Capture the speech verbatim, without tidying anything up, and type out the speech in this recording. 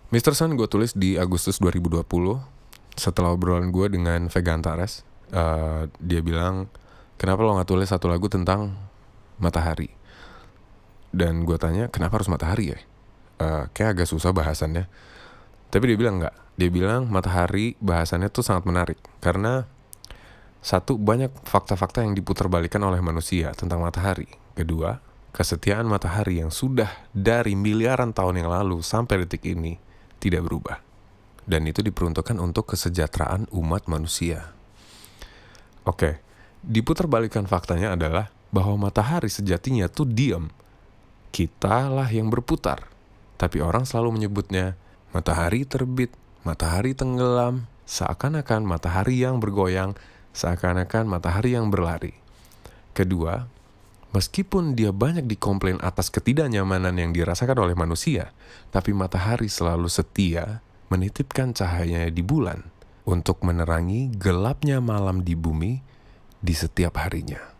Mister Sun gue tulis di Agustus dua ribu dua puluh setelah obrolan gue dengan Vega Antares. Uh, dia bilang, kenapa lo gak tulis satu lagu tentang matahari? Dan gue tanya, kenapa harus matahari ya? Uh, kayak agak susah bahasannya. Tapi dia bilang enggak. Dia bilang matahari bahasannya tuh sangat menarik. Karena satu, banyak fakta-fakta yang diputarbalikkan oleh manusia tentang matahari. Kedua, kesetiaan matahari yang sudah dari miliaran tahun yang lalu sampai detik ini tidak berubah. Dan itu diperuntukkan untuk kesejahteraan umat manusia. Oke, diputarbalikkan faktanya adalah bahwa matahari sejatinya tuh diam. Kitalah yang berputar. Tapi orang selalu menyebutnya matahari terbit, matahari tenggelam, seakan-akan matahari yang bergoyang, seakan-akan matahari yang berlari. Kedua, meskipun dia banyak dikomplain atas ketidaknyamanan yang dirasakan oleh manusia, tapi matahari selalu setia menitipkan cahayanya di bulan untuk menerangi gelapnya malam di bumi di setiap harinya.